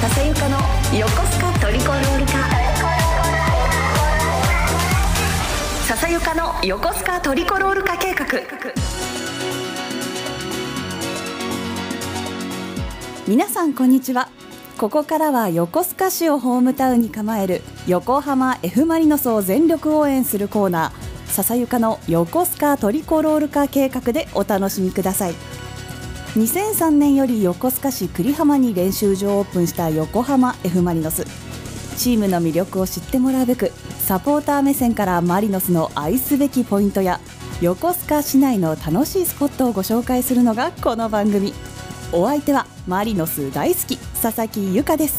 笹ゆかの横須賀トリコロール化。笹ゆかの横須賀トリコロール化計画。 皆さんこんにちは。ここからは横須賀市をホームタウンに構える横浜 F マリノスを全力応援するコーナー、笹ゆかの横須賀トリコロール化計画でお楽しみください。2003年より横須賀市久里浜に練習場をオープンした横浜 F マリノス。チームの魅力を知ってもらうべく、サポーター目線からマリノスの愛すべきポイントや横須賀市内の楽しいスポットをご紹介するのがこの番組。お相手はマリノス大好き佐々木由香です。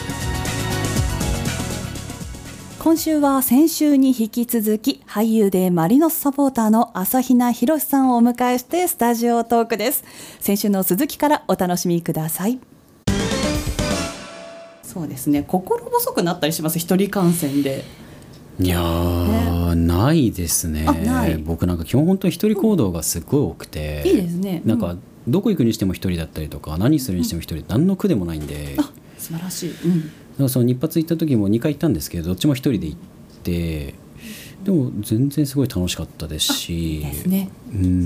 今週は先週に引き続き俳優でマリノスサポーターの朝比奈博さんをお迎えしてスタジオトークです。先週の続きからお楽しみください。そうですね、心細くなったりします？一人観戦で。 いやー、ないですね。 ない。 僕なんか基本本当に一人行動がすごい多くて、 いいですね。 なんかどこ行くにしても一人だったりとか、何するにしても一人、何の苦でもないんで。 素晴らしい。 だからその日発行った時も2回行ったんですけど、どっちも一人で行って、でも全然すごい楽しかったですし、 いいですね。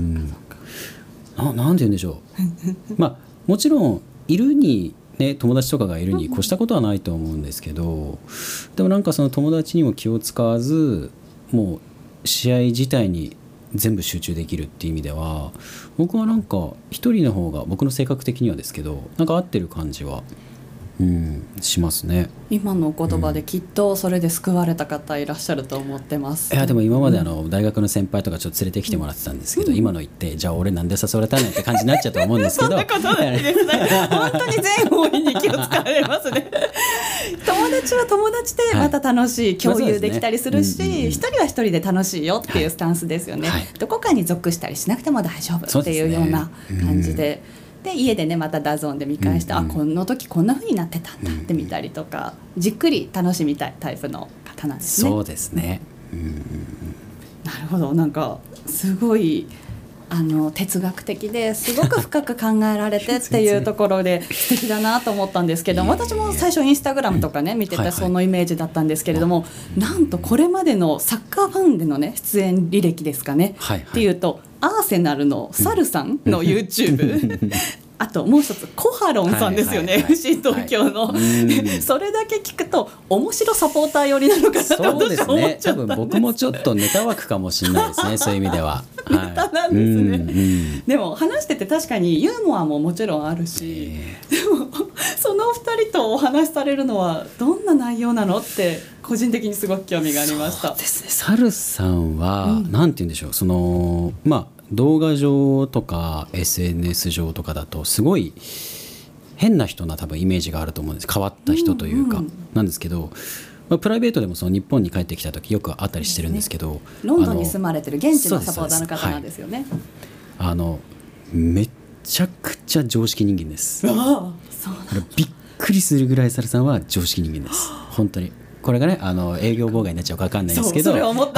なんて言うんでしょうまあもちろんいるにね、友達とかがいるに越したことはないと思うんですけど、でもなんかその友達にも気を使わず、もう試合自体に全部集中できるっていう意味では、僕はなんか一人の方が僕の性格的にはですけど、なんか合ってる感じはしますね。 今のお言葉できっとそれで救われた方いらっしゃると思ってます。 いやでも今まで大学の先輩とかちょっと連れてきてもらってたんですけど、今の言ってじゃあ俺なんで誘われたのって感じになっちゃうと思うんですけどそんなことないですね本当に全方位に気を使われますね友達は友達でまた楽しい、共有できたりするし、一人は一人で楽しいよっていうスタンスですよね。どこかに属したりしなくても大丈夫っていうような感じで、で家でねまたダゾーンで見返して、あこの時こんな風になってたんだって見たりとか、じっくり楽しみたいタイプの方なんですね。 そうですね。 なるほど。なんかすごい哲学的ですごく深く考えられてっていうところで素敵だなと思ったんですけど私も最初インスタグラムとかね見ててそのイメージだったんですけれども、なんとこれまでのサッカーファンでのね出演履歴ですかね、っていうとアーセナルのサルさんの YouTube あともう一つコハロンさんですよね、FC 東京のそれだけ聞くと面白サポーター寄りなのかなと思っちゃったんです。 多分僕もちょっとネタ枠かもしれないですねそういう意味ではネタなんですね、でも話してて確かにユーモアももちろんあるし、でもその2人とお話しされるのはどんな内容なのって個人的にすごく興味がありました。 そうですね、サルさんは、なんて言うんでしょう、その動画上とか SNS 上とかだとすごい変な人な多分イメージがあると思うんです。変わった人というか、なんですけど、プライベートでもその日本に帰ってきた時よく会ったりしてるんですけど、 ロンドンに住まれてる現地のサポーターの方なんですよね。 めちゃくちゃ常識人間です。 そうなんびっくりするぐらいサルさんは常識人間です。本当にこれがね営業妨害になっちゃうか分かんないですけど、 それ思った、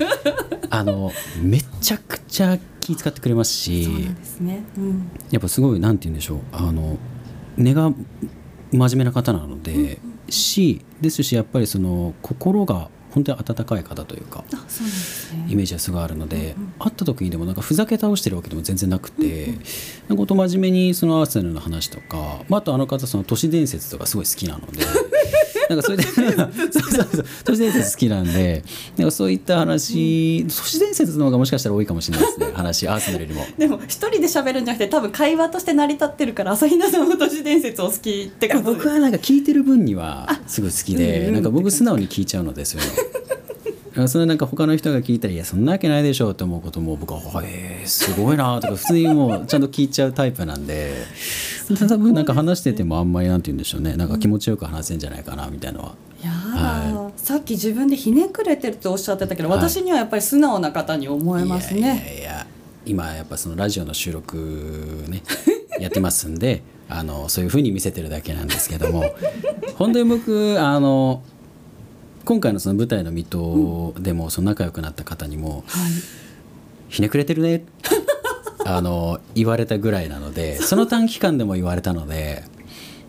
めちゃくちゃ気遣ってくれますし、 そうなんですね、 やっぱすごいなんて言うんでしょう、根が真面目な方なので、ですしやっぱりその心が本当に温かい方というか、 そうなんですね、 イメージがすごいあるので、会った時にでもなんかふざけ倒してるわけでも全然なくて、なんか真面目にそのアーセナルの話とか、あと方その都市伝説とかすごい好きなのでなんかそれで都市伝説好きなんで、なんかそういった話、都市伝説の方がもしかしたら多いかもしれないですね話、アーセナルよりも。 でも一人で喋るんじゃなくて多分会話として成り立ってるから、朝比奈さんも都市伝説を好きってことで。 僕はなんか聞いてる分にはすごい好きで、なんか僕素直に聞いちゃうのですよそれなんか他の人が聞いたら、いやそんなわけないでしょうと思うことも僕はすごいなとか普通にもうちゃんと聞いちゃうタイプなんで、多分なんか話しててもあんまりなんて言うんでしょうね、なんか気持ちよく話せんじゃないかなみたいなのは。さっき自分でひねくれてるっておっしゃってたけど、私にはやっぱり素直な方に思えますね。 いや今やっぱそのラジオの収録ねやってますんでそういう風に見せてるだけなんですけども本当に僕今回のその舞台の水戸でもその仲良くなった方にも、ひねくれてるね言われたぐらいなので、その短期間でも言われたので、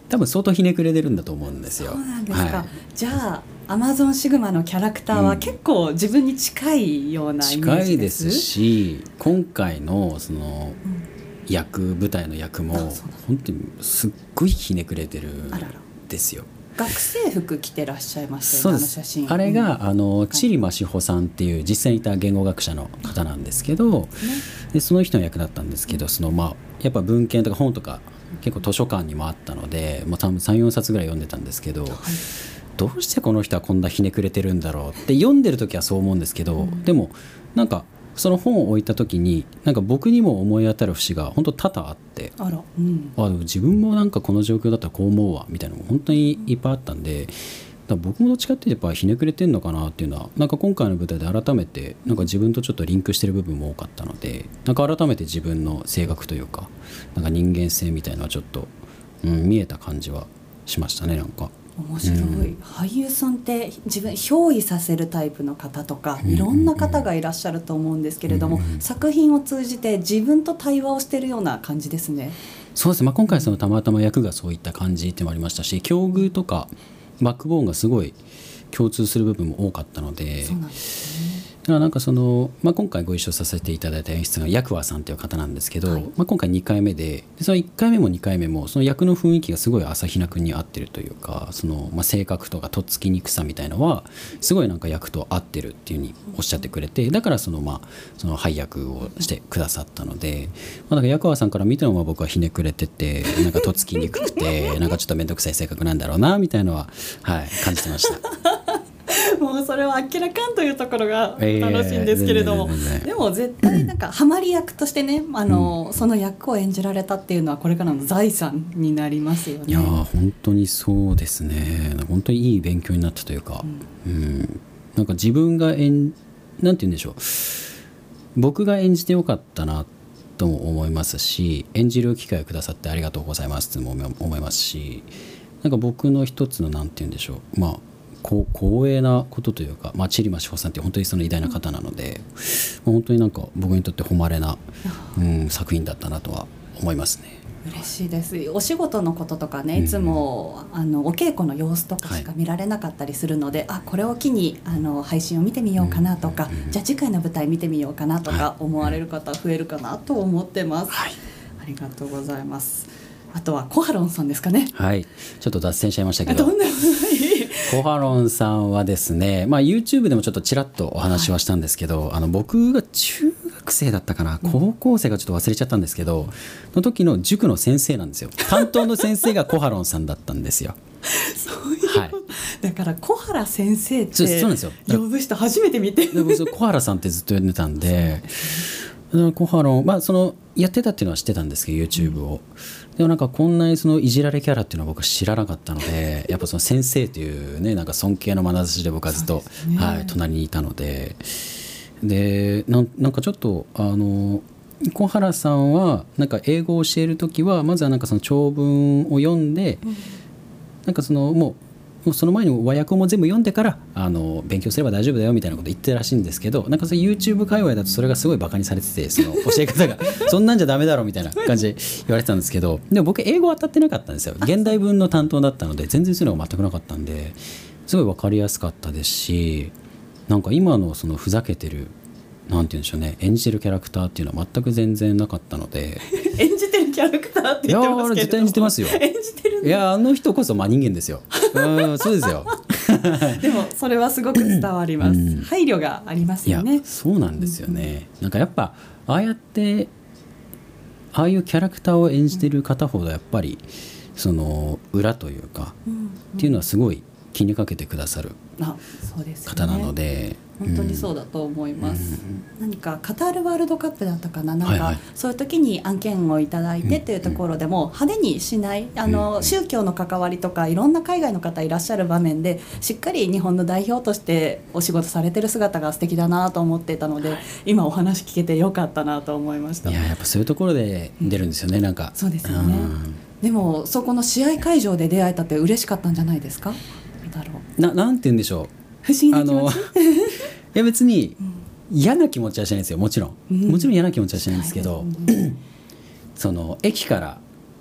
多分相当ひねくれてるんだと思うんですよ。 そうなんですか、 はい、 じゃあアマゾンシグマのキャラクターは結構自分に近いようなイメー近いジで、 ですすし、今回のその舞台の役も本当にすっごいひねくれてるんですよ。 学生服着てらっしゃいましたよね、 そうです。 写真。 あれが、千里真志保さんっていう実際にいた言語学者の方なんですけど、でその人の役だったんですけど、やっぱ文献とか本とか結構図書館にもあったので、多分 3,4 冊ぐらい読んでたんですけど、どうしてこの人はこんなひねくれてるんだろうって読んでる時はそう思うんですけど、でもなんかその本を置いた時になんか僕にも思い当たる節が本当多々あって、でも自分もなんかこの状況だったらこう思うわみたいなのも本当にいっぱいあったんで、だから僕もどっちかっていうとやっぱひねくれてんのかなっていうのはなんか今回の舞台で改めてなんか自分とちょっとリンクしてる部分も多かったので、なんか改めて自分の性格というかなんか人間性みたいなのはちょっと、見えた感じはしましたね。なんか面白い、俳優さんって自分憑依させるタイプの方とかいろんな方がいらっしゃると思うんですけれども、作品を通じて自分と対話をしているような感じですね。 そうですね、今回そのたまたま役がそういった感じっていうのもありましたし、境遇とかバックボーンがすごい共通する部分も多かったので、 そうなんですね。 だからなんか今回ご一緒させていただいた演出がヤクワさんという方なんですけど、今回2回目でその1回目も2回目もその役の雰囲気がすごい朝比奈君に合ってるというか、性格とかとっつきにくさみたいのはすごいなんか役と合ってるっていうふうにおっしゃってくれて、だからその配役をしてくださったので、なんかヤクワさんから見ても僕はひねくれててなんかとっつきにくくてなんかちょっと面倒くさい性格なんだろうなみたいなのは、感じてました。 もうそれはあっけらかんというところが楽しいんですけれども、でも絶対なんかハマり役としてね、その役を演じられたっていうのはこれからの財産になりますよね。 いや本当にそうですね。本当にいい勉強になったというか、なんか自分がなんて言うんでしょう、僕が演じてよかったなとも思いますし、演じる機会をくださってありがとうございますとも思いますし、なんか僕の一つのなんて言うんでしょう、光栄なことというか、千里真志保さんって本当にその偉大な方なので、本当になんか僕にとって誉れな、作品だったなとは思いますね。 嬉しいです。お仕事のこととかね、いつもお稽古の様子とかしか見られなかったりするので、これを機に配信を見てみようかなとか、じゃあ次回の舞台見てみようかなとか思われる方増えるかなと思ってます。ありがとうございます。あとはコハロンさんですかね。ちょっと脱線しちゃいましたけど、 とんでもないコハロンさんはですね、YouTube でもちょっとちらっとお話はしたんですけど、僕が中学生だったかな、高校生かちょっと忘れちゃったんですけど、の時の塾の先生なんですよ。担当の先生がコハロンさんだったんですよ。 そういうこと、だから小原先生って呼ぶ人初めて見て、 小原さんってずっと呼んでたんで、コハロン、やってたっていうのは知ってたんですけど YouTube を、でもなんかこんなにそのいじられキャラっていうのは僕は知らなかったので、やっぱその先生というね、なんか尊敬の眼差しで僕はずっと、隣にいたので、なんかちょっと小原さんはなんか英語を教える時はまずはなんかその長文を読んで、なんかもうその前に和訳も全部読んでから勉強すれば大丈夫だよみたいなこと言ってるらしいんですけど、なんかその YouTube 界隈だとそれがすごいバカにされてて、その教え方がそんなんじゃダメだろみたいな感じで言われてたんですけど、でも僕英語当たってなかったんですよ。現代文の担当だったので全然そういうのが全くなかったんで、すごい分かりやすかったですし、なんか今のそのふざけてるなんて言うんでしょうね、演じてるキャラクターっていうのは全く全然なかったので演じてるキャラクターって言ってますけど、 絶対演じてますよ。 演じてる、 いやあの人こそ人間ですよ。そうですよ。 でもそれはすごく伝わります。配慮がありますよね。 いやそうなんですよね。なんかやっぱああいうキャラクターを演じてる方ほどやっぱりその裏というか、っていうのはすごい気にかけてくださる方なので、 本当にそうだと思います。何かカタールワールドカップだったかな、なんかそういう時に案件をいただいてっていうところでも派手にしない、宗教の関わりとかいろんな海外の方いらっしゃる場面でしっかり日本の代表としてお仕事されてる姿が素敵だなと思っていたので、今お話聞けてよかったなと思いました。 やっぱそういうところで出るんですよね、なんか。 そうですよね。でもそこの試合会場で出会えたって嬉しかったんじゃないですか。 なんて言うんでしょう、 不思議な気持ちいや別に嫌な気持ちはしないんですよ。もちろん嫌な気持ちはしないんですけど、その駅から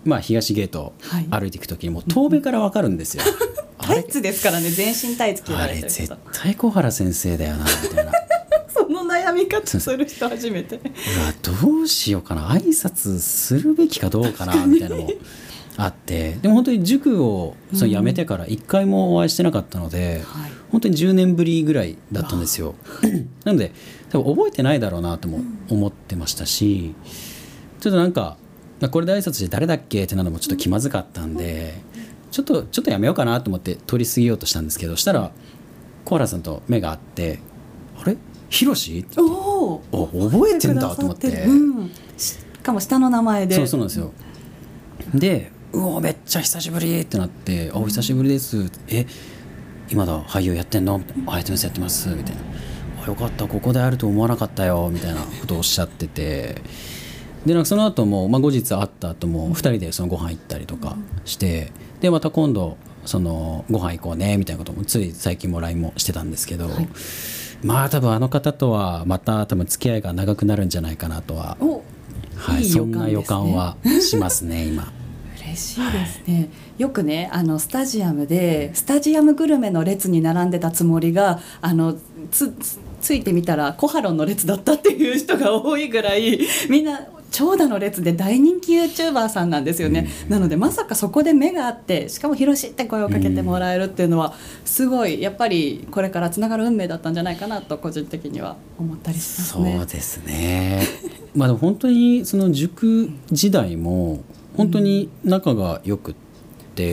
東ゲート歩いていく時にもう遠目から分かるんですよ、 タイツですからね、全身タイツ着られてるあれ絶対小原先生だよなみたいなその悩み方する人初めてうわどうしようかな、挨拶するべきかどうかなみたいなのもあって、でも本当に塾を辞めてから1回もお会いしてなかったので、本当に10年ぶりぐらいだったんですよなので多分覚えてないだろうなとも思ってましたし、ちょっとなんかこれで挨拶して誰だっけってなるのもちょっと気まずかったんで、ちょっとやめようかなと思って通り過ぎようとしたんですけど、したら小原さんと目が合って、あれヒロシって覚えてんだと思って、 しかも下の名前で、 そうなんですよ。でめっちゃ久しぶりってなって、お久しぶりです、今だ俳優やってんのみたいな、やってますみたいな、よかった、ここで会えると思わなかったよみたいなことをおっしゃってて、でなんかその後も、後日会った後も2人でそのご飯行ったりとかして、でまた今度そのご飯行こうねみたいなこともつい最近も LINE もしてたんですけど、多分あの方とはまた多分付き合いが長くなるんじゃないかなとは、そんな予感はしますね今。 嬉しいですね、よくねスタジアムでスタジアムグルメの列に並んでたつもりがついてみたらコハロンの列だったっていう人が多いぐらい、みんな長蛇の列で大人気 YouTuber さんなんですよね、なのでまさかそこで目があって、しかもヒロシって声をかけてもらえるっていうのはすごいやっぱりこれからつながる運命だったんじゃないかなと個人的には思ったりしますね。 そうですねでも本当にその塾時代も本当に仲が良くって、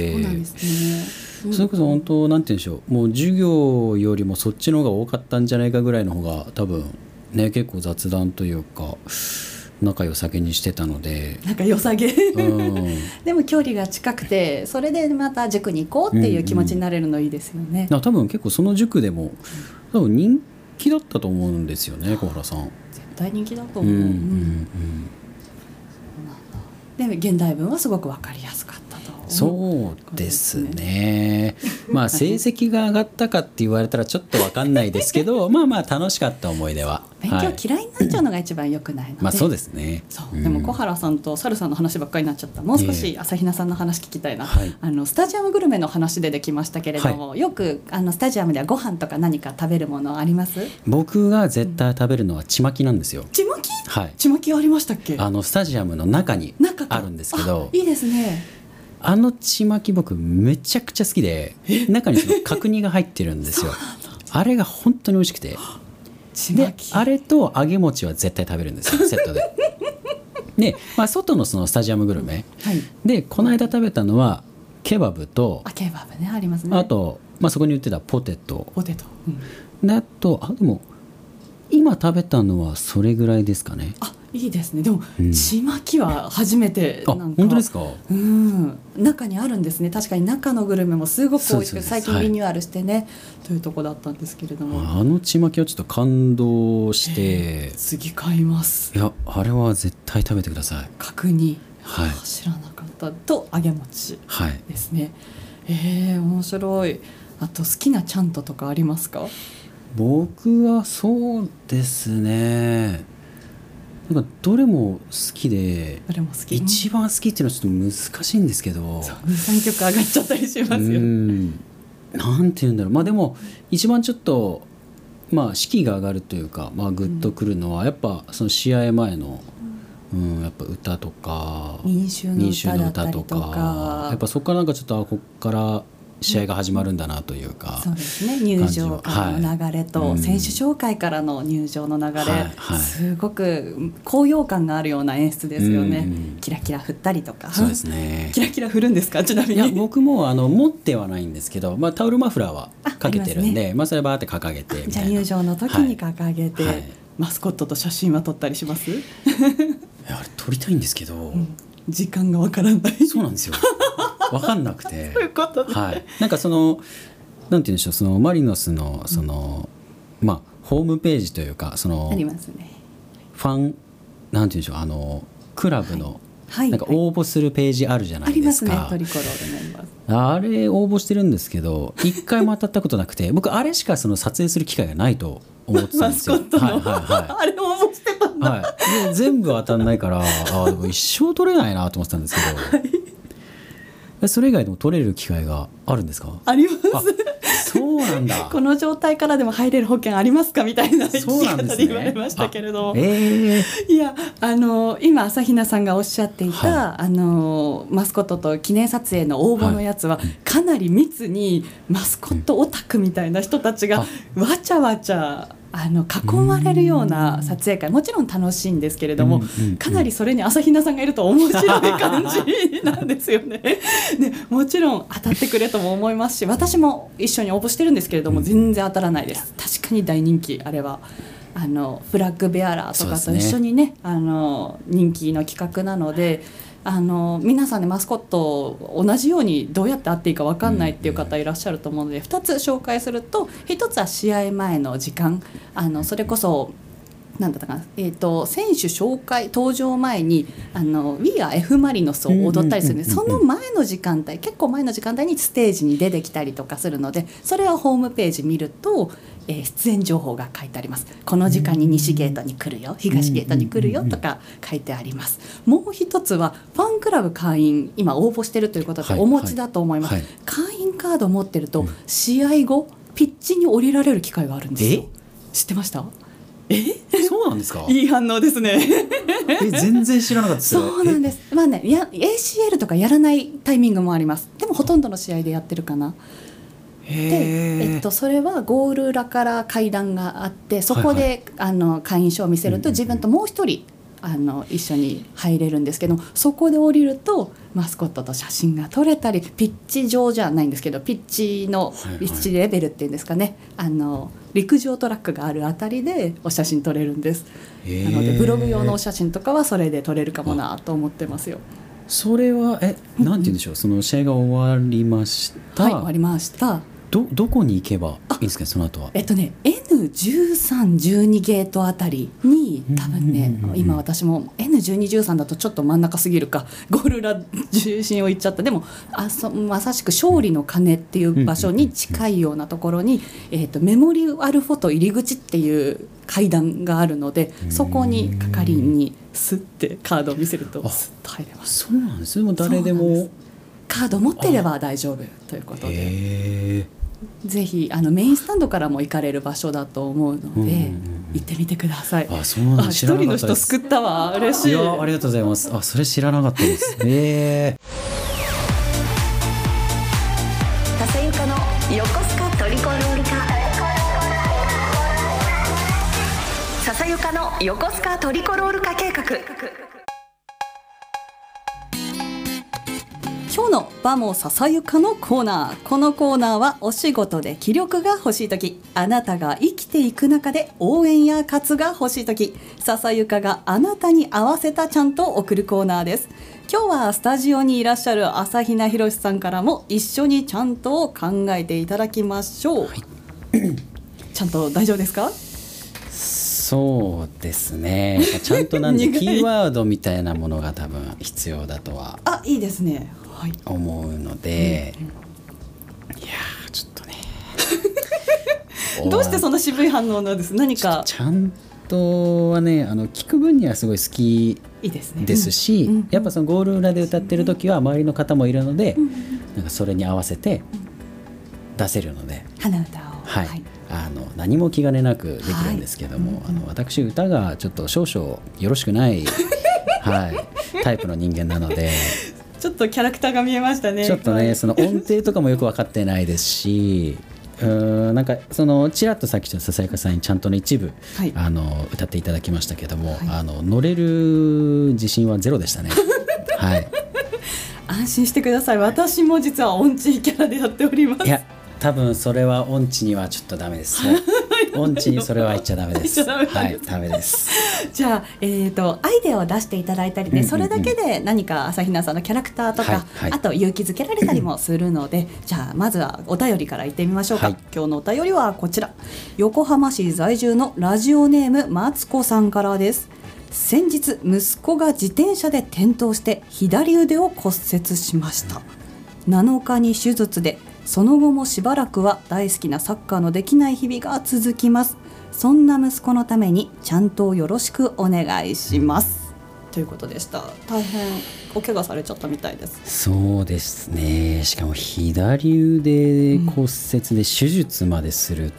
そうなんですね、 それこそ本当なんて言うんでしょう、もう授業よりもそっちの方が多かったんじゃないかぐらいの方が多分ね、結構雑談というか仲良さげにしてたので、 仲良さげでも距離が近くて、それでまた塾に行こうっていう気持ちになれるのいいですよね、 多分結構その塾でも多分人気だったと思うんですよね、小原さん。 絶対人気だと思う、で現代文はすごく分かりやすかったと。 そうですね成績が上がったかって言われたらちょっと分かんないですけど楽しかった思い出は、 勉強嫌いになっちゃうのが一番良くないので、 そうですね。 でも小原さんとサルさんの話ばっかりになっちゃった。もう少し朝比奈さんの話聞きたいな、スタジアムグルメの話できましたけれども、よくスタジアムではご飯とか何か食べるものあります？ 僕が絶対食べるのはちまきなんですよ。 ちまき？ちまきありましたっけ？ スタジアムの中にあるんですけど、 いいですね。 ちまき僕めちゃくちゃ好きで、中にその角煮が入ってるんですよあれが本当に美味しくて、であれと揚げ餅は絶対食べるんですよセットでで、外のそのスタジアムグルメ、でこの間食べたのはケバブと、 ケバブね、ありますね。 あと、そこに売ってたポテト、であとでも今食べたのはそれぐらいですかね。 いいですね。でも、ちまきは初めてなんか。 本当ですか？ 中にあるんですね。確かに中のグルメもすごく美味しく、最近リニューアルしてね、というとこだったんですけれども、 ちまきはちょっと感動して、 次買います。 いやあれは絶対食べてください。 角煮、知らなかったと揚げ餅ですね、面白い。あと好きなちゃんとかありますか？ 僕はそうですね、なんかどれも好きで、一番好きっていうのはちょっと難しいんですけど、 3曲上がっちゃったりしますよ。 なんていうんだろう、でも一番ちょっと士気が上がるというか、グッとくるのはやっぱその試合前の、やっぱ歌とか民衆の歌とか、 やっぱそこからなんかちょっとここから試合が始まるんだなというか、 そうですね、入場からの流れと、選手紹介からの入場の流れ、すごく高揚感があるような演出ですよね。キラキラ振ったりとか。 そうですね。 キラキラ振るんですか？ちなみに。 いや僕も持ってはないんですけど、タオルマフラーはかけてるんで、それバーって掲げてみたいな。 じゃあ入場の時に掲げて、マスコットと写真は撮ったりします？ あれ撮りたいんですけど、 時間がわからない。 そうなんですよ。分かんなくてそういうことね。 なんかそのなんて言うんでしょう、そのマリノスのその、ホームページというか、そのありますね、 ファンなんて言うんでしょう、クラブのなんか応募するページあるじゃないですか。 ありますね、トリコロールメンバーズ。 あれ応募してるんですけど、一回も当たったことなくて僕あれしかその撮影する機会がないと思ってたんですよ。 マスコットの、あれ応募してたんだ。 で全部当たんないからでも一生取れないなと思ってたんですけど、 それ以外でも取れる機会があるんですか？ あります。 そうなんだ。 この状態からでも入れる保険ありますかみたいな聞き方で言われましたけれども、いや今朝比奈さんがおっしゃっていた、マスコットと記念撮影の応募のやつは、かなり密にマスコットオタクみたいな人たちがわちゃわちゃ囲まれるような撮影会、もちろん楽しいんですけれども、かなりそれに朝比奈さんがいると面白い感じなんですよね。でもちろん当たってくれとも思いますし、私も一緒に応募してるんですけれども、全然当たらないです。確かに大人気、あれはフラッグベアラーとかと一緒にね、人気の企画なので、皆さんでマスコット同じようにどうやって会っていいか分かんないっていう方いらっしゃると思うので、2つ紹介すると、1つは試合前の時間、それこそなんだったかな、選手紹介登場前にWe Are F マリノスを踊ったりするんで、その前の時間帯、結構前の時間帯にステージに出てきたりとかするので、それはホームページ見ると出演情報が書いてあります。この時間に西ゲートに来るよ、東ゲートに来るよとか書いてあります。もう一つはファンクラブ会員、今応募してるということでお持ちだと思います。会員カードを持ってると試合後ピッチに降りられる機会があるんですよ。知ってました？ そうなんですか？ いい反応ですね。 全然知らなかったですよ。 そうなんです。ACL とかやらないタイミングもあります。でもほとんどの試合でやってるかな。でそれはゴール裏から階段があって、そこで、会員証を見せると自分ともう一人一緒に入れるんですけど、そこで降りるとマスコットと写真が撮れたり、ピッチ上じゃないんですけど、ピッチレベルっていうんですかね、陸上トラックがあるあたりでお写真撮れるんです。なのでブログ用のお写真とかはそれで撮れるかもなと思ってますよ。 それはなんて言うんでしょう、その試合が終わりました。 はい、終わりました。 どこに行けばいいんですか、その後は。 N13、12ゲートあたりに多分ね、今私も N12、13だとちょっと真ん中すぎるか、ゴール裏中心を行っちゃった。でもまさしく勝利の鐘っていう場所に近いようなところに、メモリアルフォト入り口っていう階段があるので、そこに係員にスッてカードを見せるとスッと入れます。 そうなんです。もう誰でもカード持ってれば大丈夫ということで、ぜひメインスタンドからも行かれる場所だと思うので、行ってみてください。 そうなんです。 一人の人救ったわ、嬉しい。 いや、ありがとうございます。それ知らなかったです。 笹ゆかの横須賀トリコロール化、笹ゆかの横須賀トリコロール化計画。 今日のバモささゆかのコーナー。このコーナーはお仕事で気力が欲しいとき、あなたが生きていく中で応援や活が欲しいとき、ささゆかがあなたに合わせたちゃんと送るコーナーです。今日はスタジオにいらっしゃる朝比奈宏さんからも一緒にちゃんと考えていただきましょう。ちゃんと大丈夫ですか？ そうですね。ちゃんとなんでキーワードみたいなものが多分必要だとは。 いいですね。 思うので、いやちょっとねどうしてそんな渋い反応なんです？何かちゃんとはね、聞く分にはすごい好きですし、やっぱそのゴール裏で歌ってる時は周りの方もいるので、なんかそれに合わせて出せるので、 鼻歌を、 何も気兼ねなくできるんですけども、私歌がちょっと少々よろしくないタイプの人間なのでちょっとキャラクターが見えましたね。 ちょっとね、その音程とかもよく分かってないですし、なんかそのちらっとさっきささやかさんにちゃんとの一部、歌っていただきましたけども、乗れる自信はゼロでしたね。 安心してください。私も実は音痴キャラでやっております。 いや、多分それは音痴にはちょっとダメです。音痴にそれは言っちゃダメです。ダメです。 じゃあ、アイデアを出していただいたりね、それだけで何か朝比奈さんのキャラクターとか、あと勇気づけられたりもするので、じゃあまずはお便りからいってみましょうか。今日のお便りはこちら、横浜市在住のラジオネームマツコさんからです。先日息子が自転車で転倒して左腕を骨折しました。7日に手術で、その後もしばらくは大好きなサッカーのできない日々が続きます。そんな息子のためにちゃんとよろしくお願いします、ということでした。大変お怪我されちゃったみたいです。 そうですね。しかも左腕骨折で手術までするって、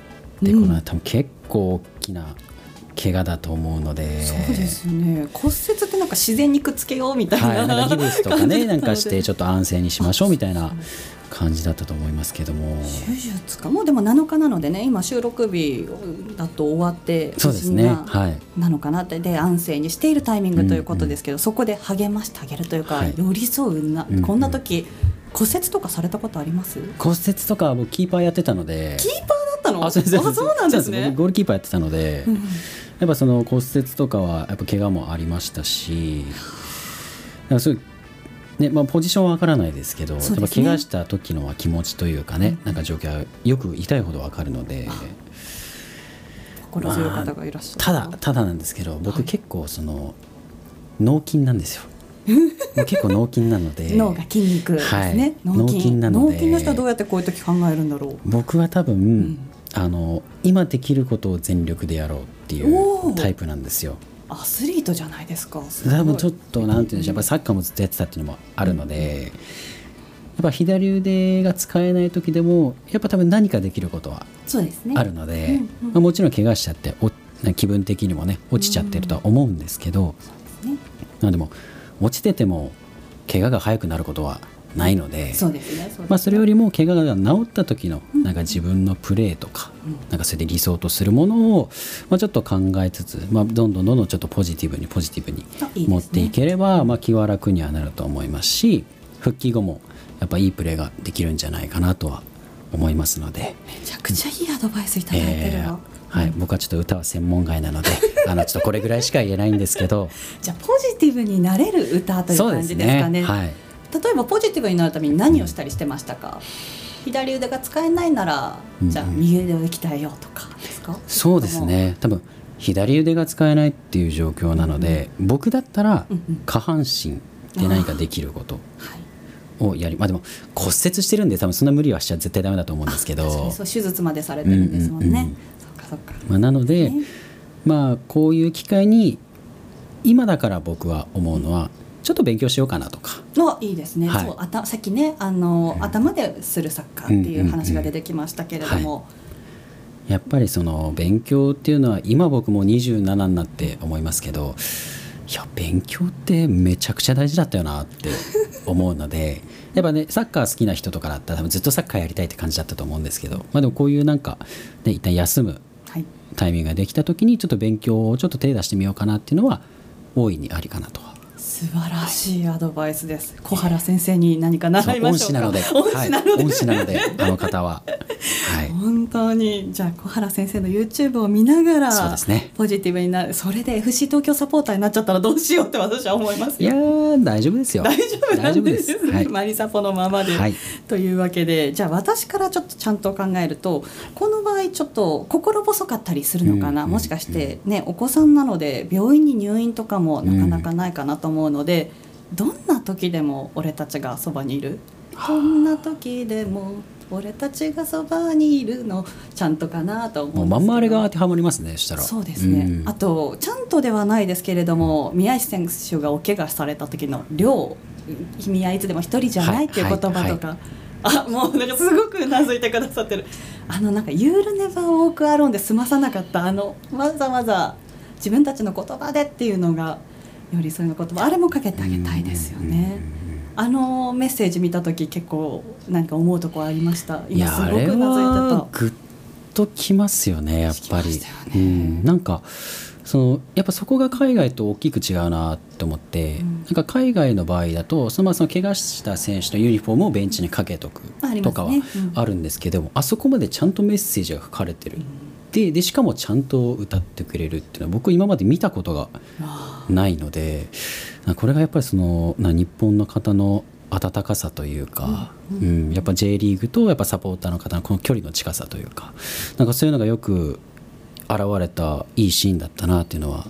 これは多分結構大きな怪我だと思うので。 そうですね。骨折ってなんか自然にくっつけようみたいな、 はい、なんかギブスとかねなんかしてちょっっと安静にしましょうみたいな感じだったと思いますけども。 手術かもうでも7日なのでね、今収録日だと終わってそうですね、はい、 なのかなって、で安静にしているタイミングということですけど、そこで励ましてあげるというか、 はい、 寄り添うな、こんな時骨折とかされたことあります？ 骨折とか僕キーパーやってたので。 キーパーだったの？ そうなんですね。 僕ゴールキーパーやってたので、やっぱその骨折とかはやっぱ怪我もありましたし、なんかそういうね、ポジションは分からないですけど、やっぱ怪我した時の気持ちというかね、なんか状況はよく痛いほど分かるので、 心強い方がいらっしゃる。 ただなんですけど、僕結構その脳筋なんですよ。結構脳筋なので脳が筋肉ですね、はい、 脳筋なので、 脳筋の人はどうやってこういう時考えるんだろう。 僕は多分、今できることを全力でやろうっていうタイプなんですよ。 アスリートじゃないですか。 多分ちょっとなんていうんでしょう、やっぱサッカーもずっとやってたっていうのもあるので、やっぱ左腕が使えない時でもやっぱ多分何かできることはあるので、もちろん怪我しちゃって気分的にもね落ちちゃってるとは思うんですけど、でも落ちてても怪我が早くなることはないので、それよりも怪我が治った時のなんか自分のプレーとか、なんかそれで理想とするものを、ちょっと考えつつ、どんどんちょっとポジティブに持っていければ、気は楽にはなると思いますし、復帰後もやっぱいいプレーができるんじゃないかなとは思いますので。 めちゃくちゃいいアドバイスいただいてるわ。 はい、僕はちょっと歌は専門外なのでちょっとこれぐらいしか言えないんですけどじゃあポジティブになれる歌という感じですかね。はい、例えばポジティブになるために何をしたりしてましたか？左腕が使えないなら、じゃあ右腕を鍛えようとかですか？ そうですね、多分左腕が使えないっていう状況なので、僕だったら下半身で何かできることをやり、でも骨折してるんで多分そんな無理はしちゃ絶対ダメだと思うんですけど、 手術までされてるんですもんね。 なので、こういう機会に今だから僕は思うのはちょっと勉強しようかなとか。 いいですね、はい、そうさっきね頭でするサッカーっていう話が出てきましたけれども、 やっぱりその勉強っていうのは今僕も27になって思いますけど、いや勉強ってめちゃくちゃ大事だったよなって思うのでやっぱねサッカー好きな人とかだったら多分ずっとサッカーやりたいって感じだったと思うんですけど、でもこういうなんか、ね、一旦休むタイミングができた時にちょっと勉強をちょっと手出してみようかなっていうのは大いにありかなと。 素晴らしいアドバイスです。小原先生に何か習いましょうか。 恩師なのであの方は、 本当にじゃあ小原先生の YouTube を見ながらそうですね、 ポジティブになる。それで FC 東京サポーターになっちゃったらどうしようって私は思いますよ。 いや大丈夫ですよ。 大丈夫なんです。マリサポのままで、というわけで、じゃあ私からちょっとちゃんと考えると、この場合ちょっと心細かったりするのかな、もしかしてねお子さんなので病院に入院とかもなかなかないかなと思うので、どんな時でも俺たちがそばにいる、どんな時でも俺たちがそばにいるのちゃんとかなと思うんですけど、 まんまあれが当てはまりますね。したらそうですね、あとちゃんとではないですけれども、宮市選手がお怪我された時の量、君はいつでも一人じゃないっていう言葉とか、もうなんかすごくうなずいてくださってる。なんかユールネバーウォークアローンで済まさなかったわざわざ自分たちの言葉でっていうのが寄り添いの言葉、あれもかけてあげたいですよね。メッセージ見た時結構何か思うところありました？今すごくうなずいてた。 グッときますよねやっぱり。なんかやっぱそこが海外と大きく違うなと思って、なんか海外の場合だとその怪我した選手のユニフォームをベンチにかけとくとかはあるんですけども、あそこまでちゃんとメッセージが書かれてる、でしかもちゃんと歌ってくれるっていうのは僕今まで見たことがないので、これがやっぱり日本の方の温かさというか、やっぱ J リーグとやっぱサポーターの方のこの距離の近さというか、なんかそういうのがよく現れたいいシーンだったなっていうのは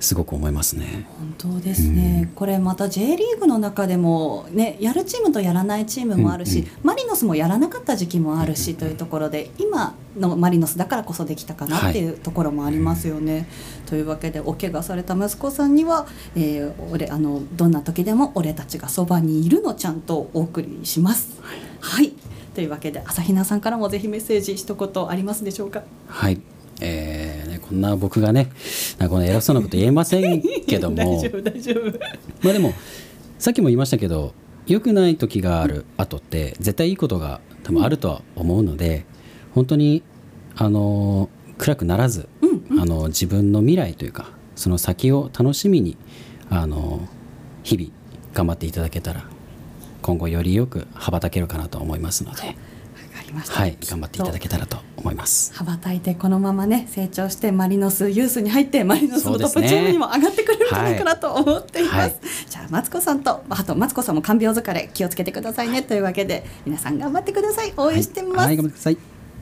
すごく思いますね。 本当ですね、これまた J リーグの中でも、ね、やるチームとやらないチームもあるし、マリノスもやらなかった時期もあるし、というところで今のマリノスだからこそできたかなっていうところもありますよね、というわけでお怪我された息子さんには、どんな時でも俺たちがそばにいるのちゃんとお送りします。はい、というわけで朝比奈さんからもぜひメッセージ一言ありますでしょうか。 はい、こんな僕がねこの偉そうなこと言えませんけども大丈夫まあでもさっきも言いましたけど、良くない時がある後って絶対いいことが多分あるとは思うので、本当に暗くならず、自分の未来というかその先を楽しみに日々頑張っていただけたら今後よりよく羽ばたけるかなと思いますので、はい、頑張っていただけたらと思います。 羽ばたいてこのままね成長してマリノスユースに入ってマリノスのトップチームにも上がってくれるんじゃないかなと思っています、はい、じゃあマツコさんとあとマツコさんも看病疲れ気をつけてくださいねというわけで皆さん頑張ってください。応援してます、 はい、頑張ってください。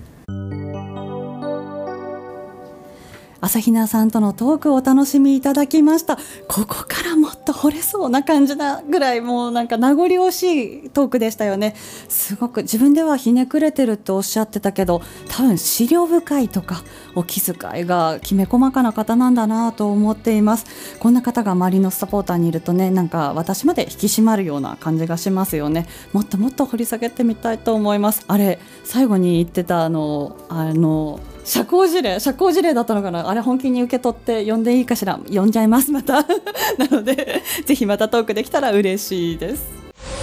朝比奈さんとのトークをお楽しみいただきました。ここからもっと掘れそうな感じなぐらいもうなんか名残惜しいトークでしたよね。すごく自分ではひねくれてるっておっしゃってたけど、多分思慮深いとかお気遣いがきめ細かな方なんだなと思っています。こんな方がマリノスサポーターにいるとね、なんか私まで引き締まるような感じがしますよね。もっともっと掘り下げてみたいと思います。あれ最後に言ってた社交辞令だったのかな、あれ本気に受け取って呼んでいいかしら。呼んじゃいますまたなのでぜひまたトークできたら嬉しいです。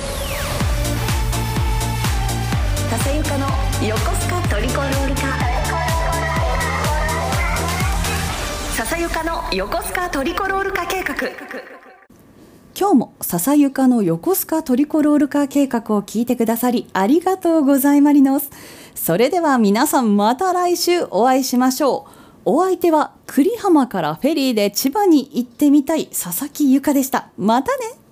笹ゆかの横須賀トリコロール化、笹ゆかの横須賀トリコロール化計画。 今日も笹ゆかの横須賀トリコロール化計画を聞いてくださりありがとうございまりのす。それでは皆さんまた来週お会いしましょう。お相手は栗浜からフェリーで千葉に行ってみたい佐々木ゆかでした。またね。